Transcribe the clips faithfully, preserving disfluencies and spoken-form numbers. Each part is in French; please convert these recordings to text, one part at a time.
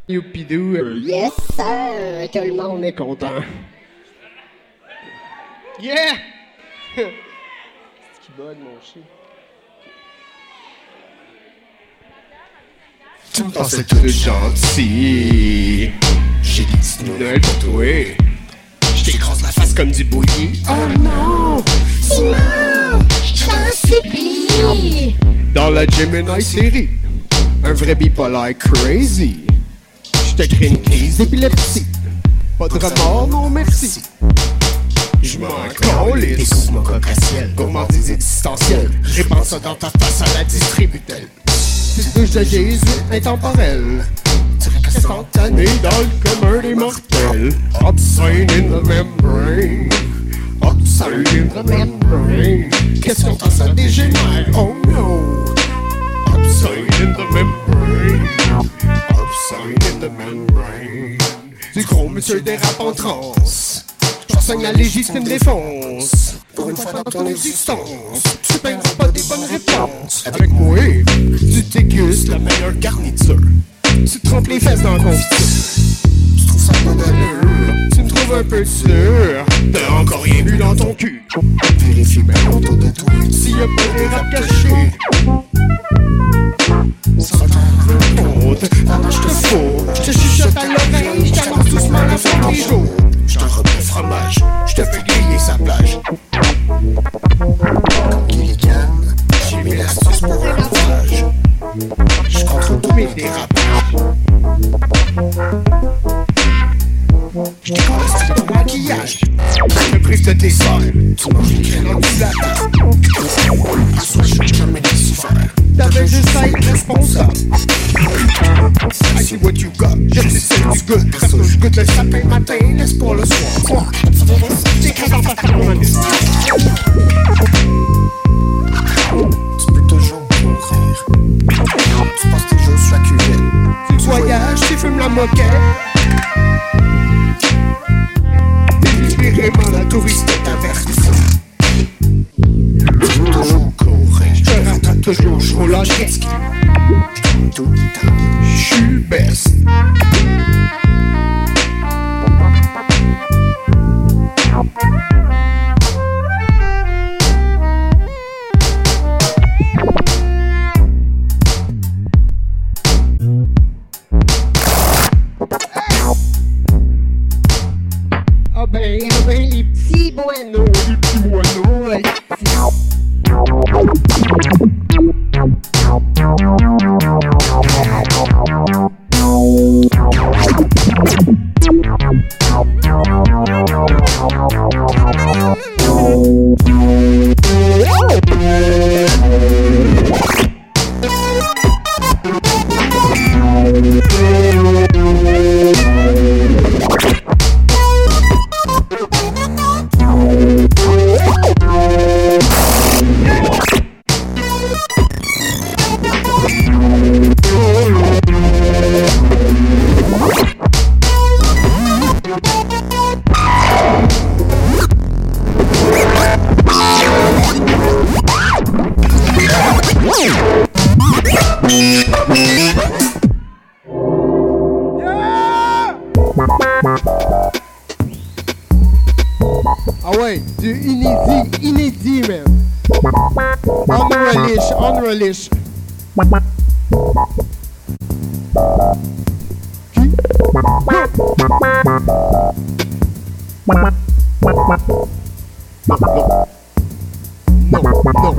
Youpidou. Euh, yes, sir! Tout le monde est content. Yeah! C'est qui bug, mon chien. Tu me pensais tout gentil. J'ai des petites nouvelles pour toi. Je t'écrase la face comme du bouilli. Oh non! Simon! Je t'en supplie! Dans la Gemini série, un vrai bipolaire crazy. Je te crée une crise d'épilepsie. Pas de remords, non merci. Je m'en calisse. Écoute mon cocassiel, gourmandise existentielle. Répands ça dans ta face à la distributelle. Fils de Jésus intemporel. Instantané dans le commun des mortels. Obscene in the membrane. Obscene in the membrane. Question quand ça dégénère. Oh no. Obscene in the membrane. Obscene in the membrane. Du gros monsieur dérape en transe. J'enseigne la légitime défense. Pour une fois dans ton existence, tu paieras pas des bonnes réponses. Avec moi, tu dégustes la meilleure garniture. Tu te trompes les fesses dans le confiture. Tu trouves ça pas d'allure. Tu me trouves un peu sûr. T'as encore rien vu dans ton cul. Vérifie bien autour de toi s'il y a pas des rats cachés. Sans t'en rendre compte, pendant je te fous. Je te chuchote à l'oreille, je t'annonce doucement la fin des jours. Je t'enrobe de fromage, je te fais griller sa plage. Comme Gilligan, j'ai mis l'astuce pour un lavage. Je contrôle tous mes dérapages. Je décolle le style de ton maquillage. Le prise de dessert, tu manges une crème en dessous de la table. À soi, je suis jamais déçu faire. T'avais juste à être responsable. I see what you got, je sais c'est du good. Perso, je goûte le sapin matin, laisse pour le soir. J'écris dans ta famille. Tu peux toujours mourir. Tu penses que je suis acculé. Tu voyages, tu fumes la moquette. Délibérément la touriste t'avertit. Tu peux toujours courir. Je te rattrape toujours, je roule en jet ski. Je t'aime tout le temps, je suis best. Ah ben, ah ben, les petits moineaux, les petits moineaux, les petits... Ah ouais, du inédit, inédit, man. On relish, on relish. Qui? Non, non,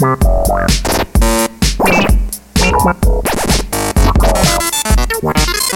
What?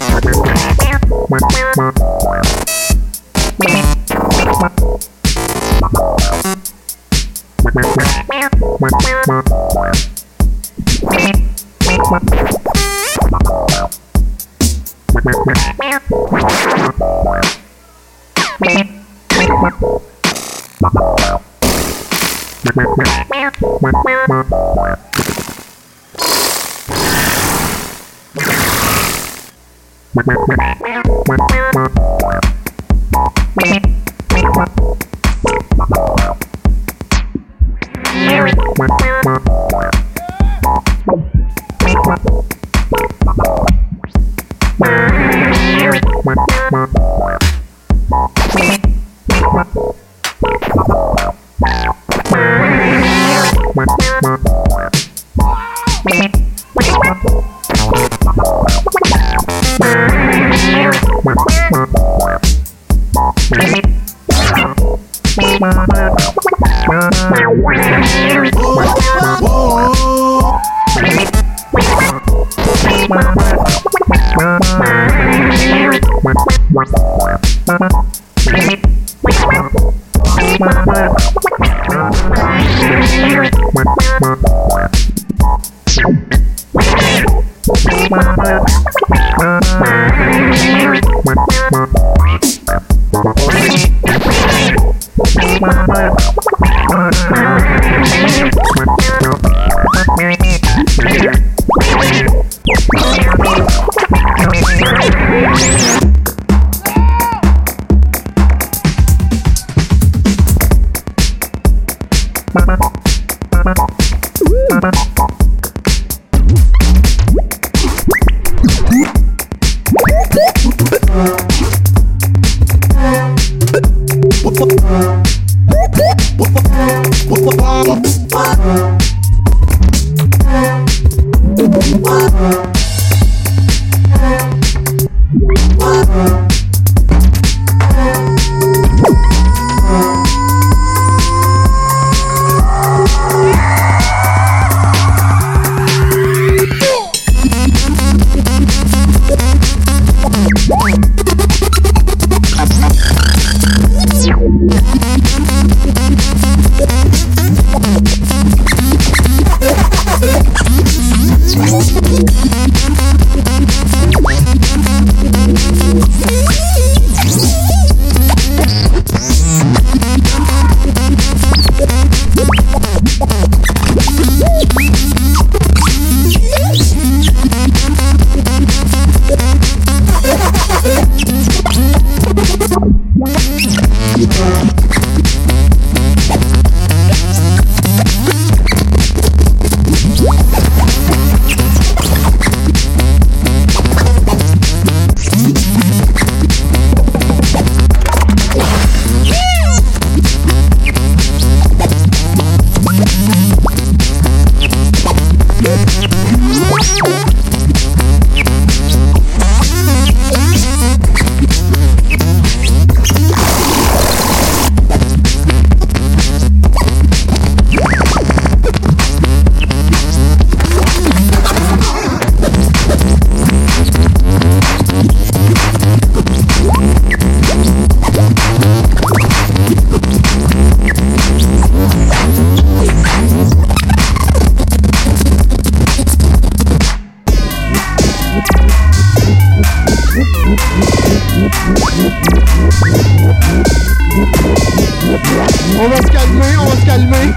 On va se calmer, on va se calmer.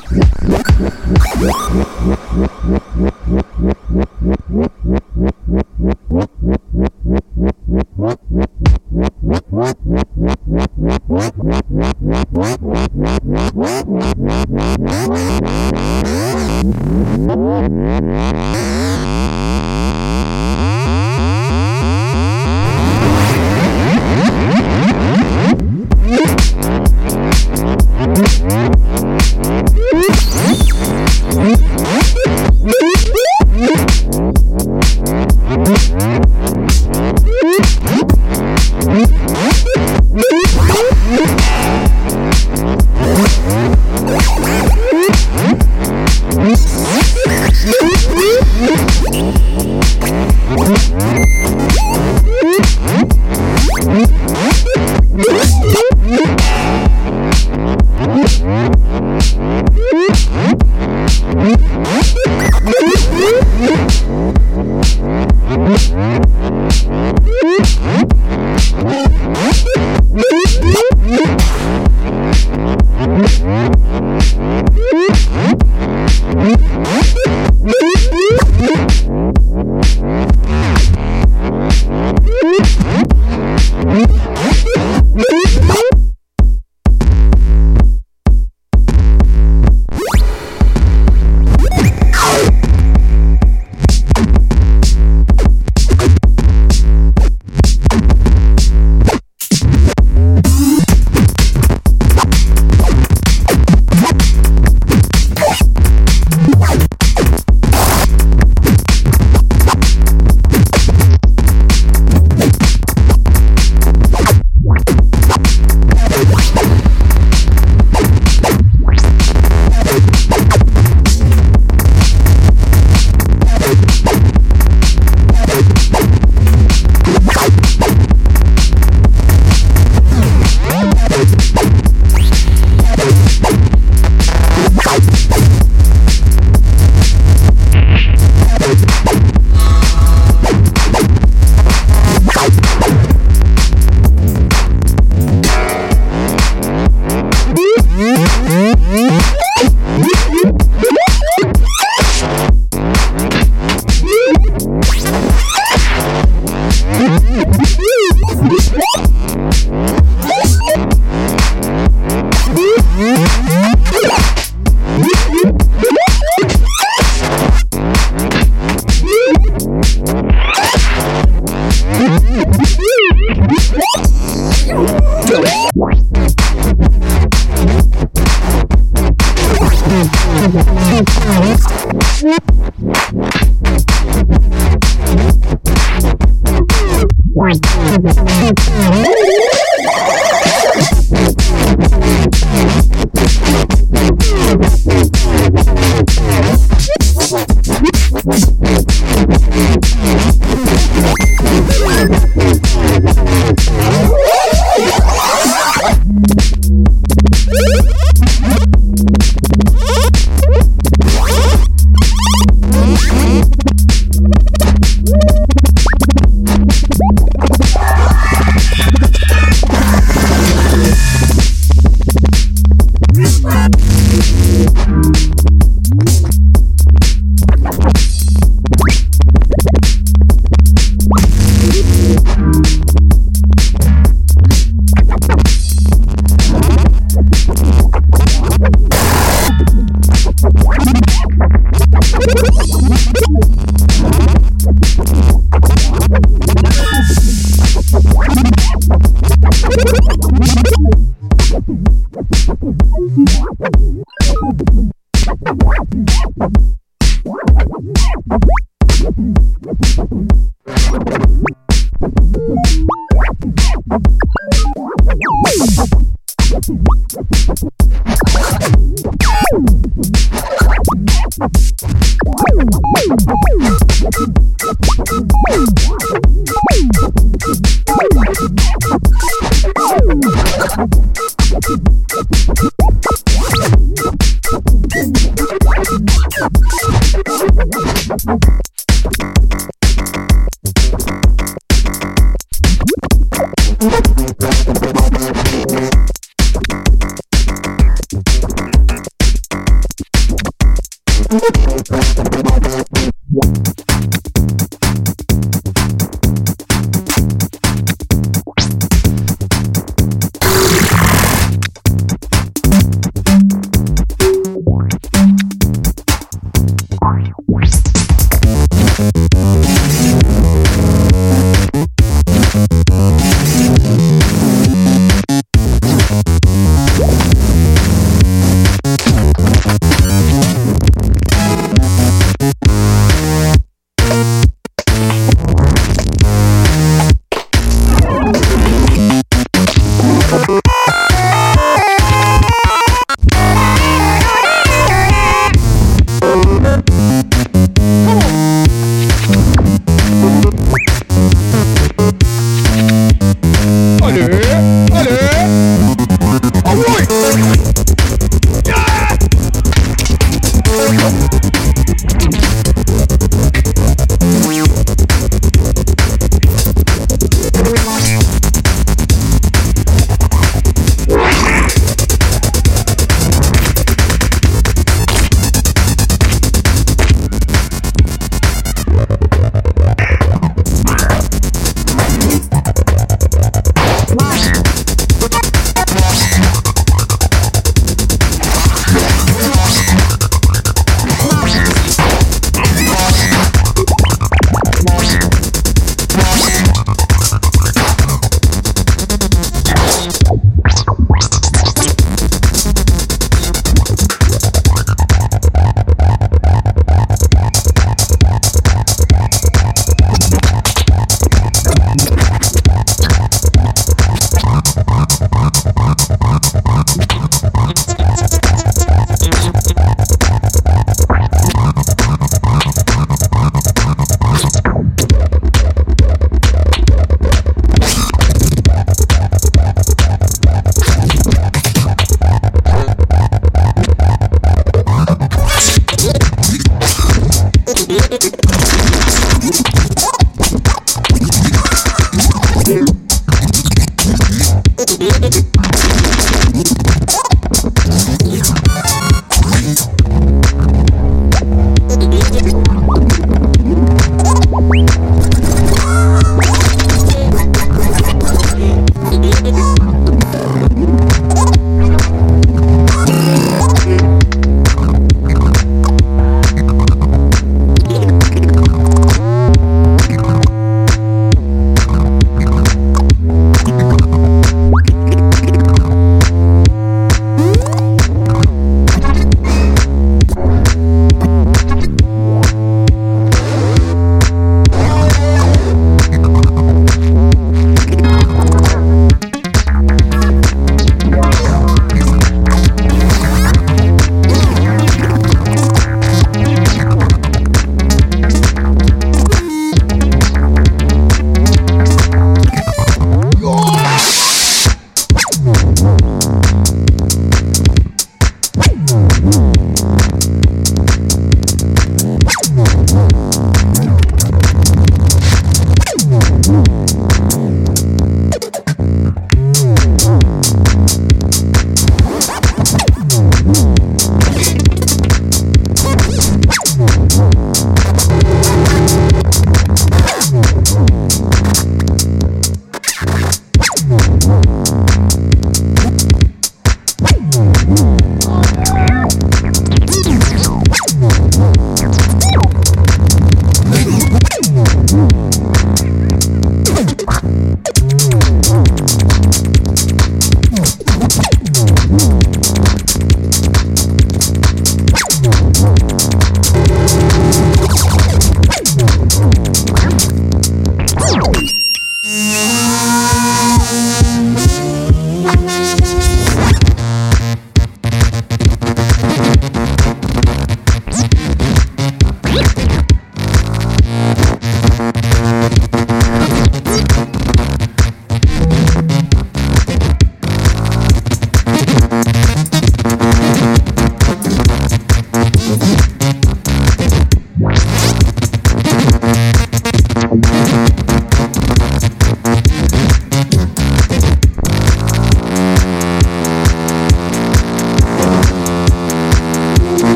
What?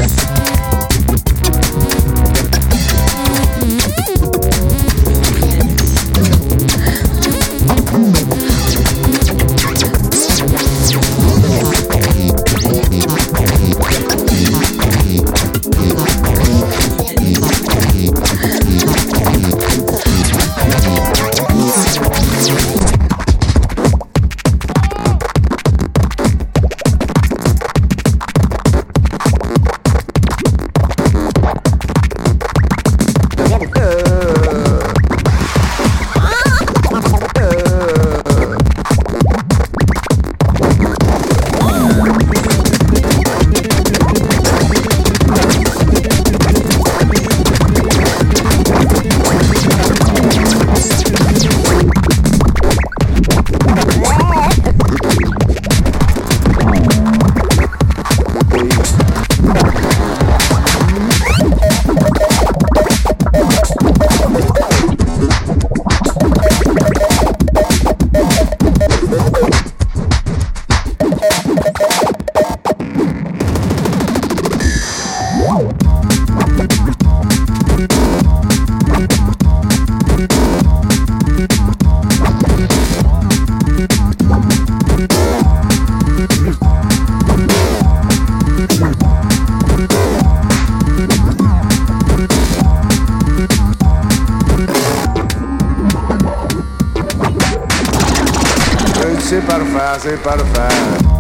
C'est parfait, c'est parfait.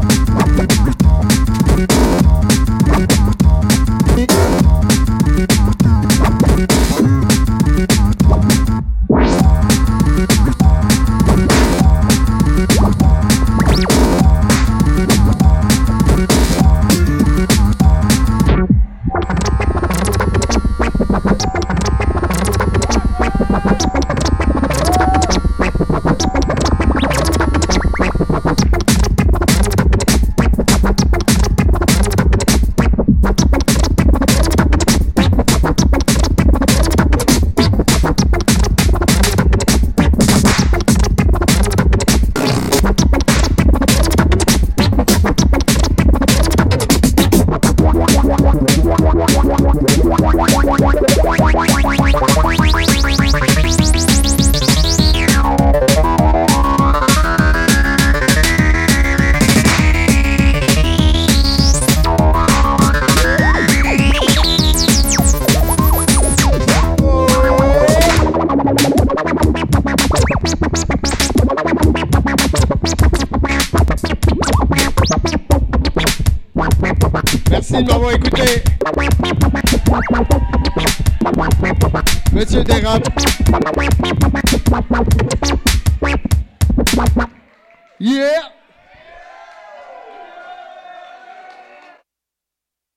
Merci de m'avoir écouté. Monsieur Dérape. Yeah.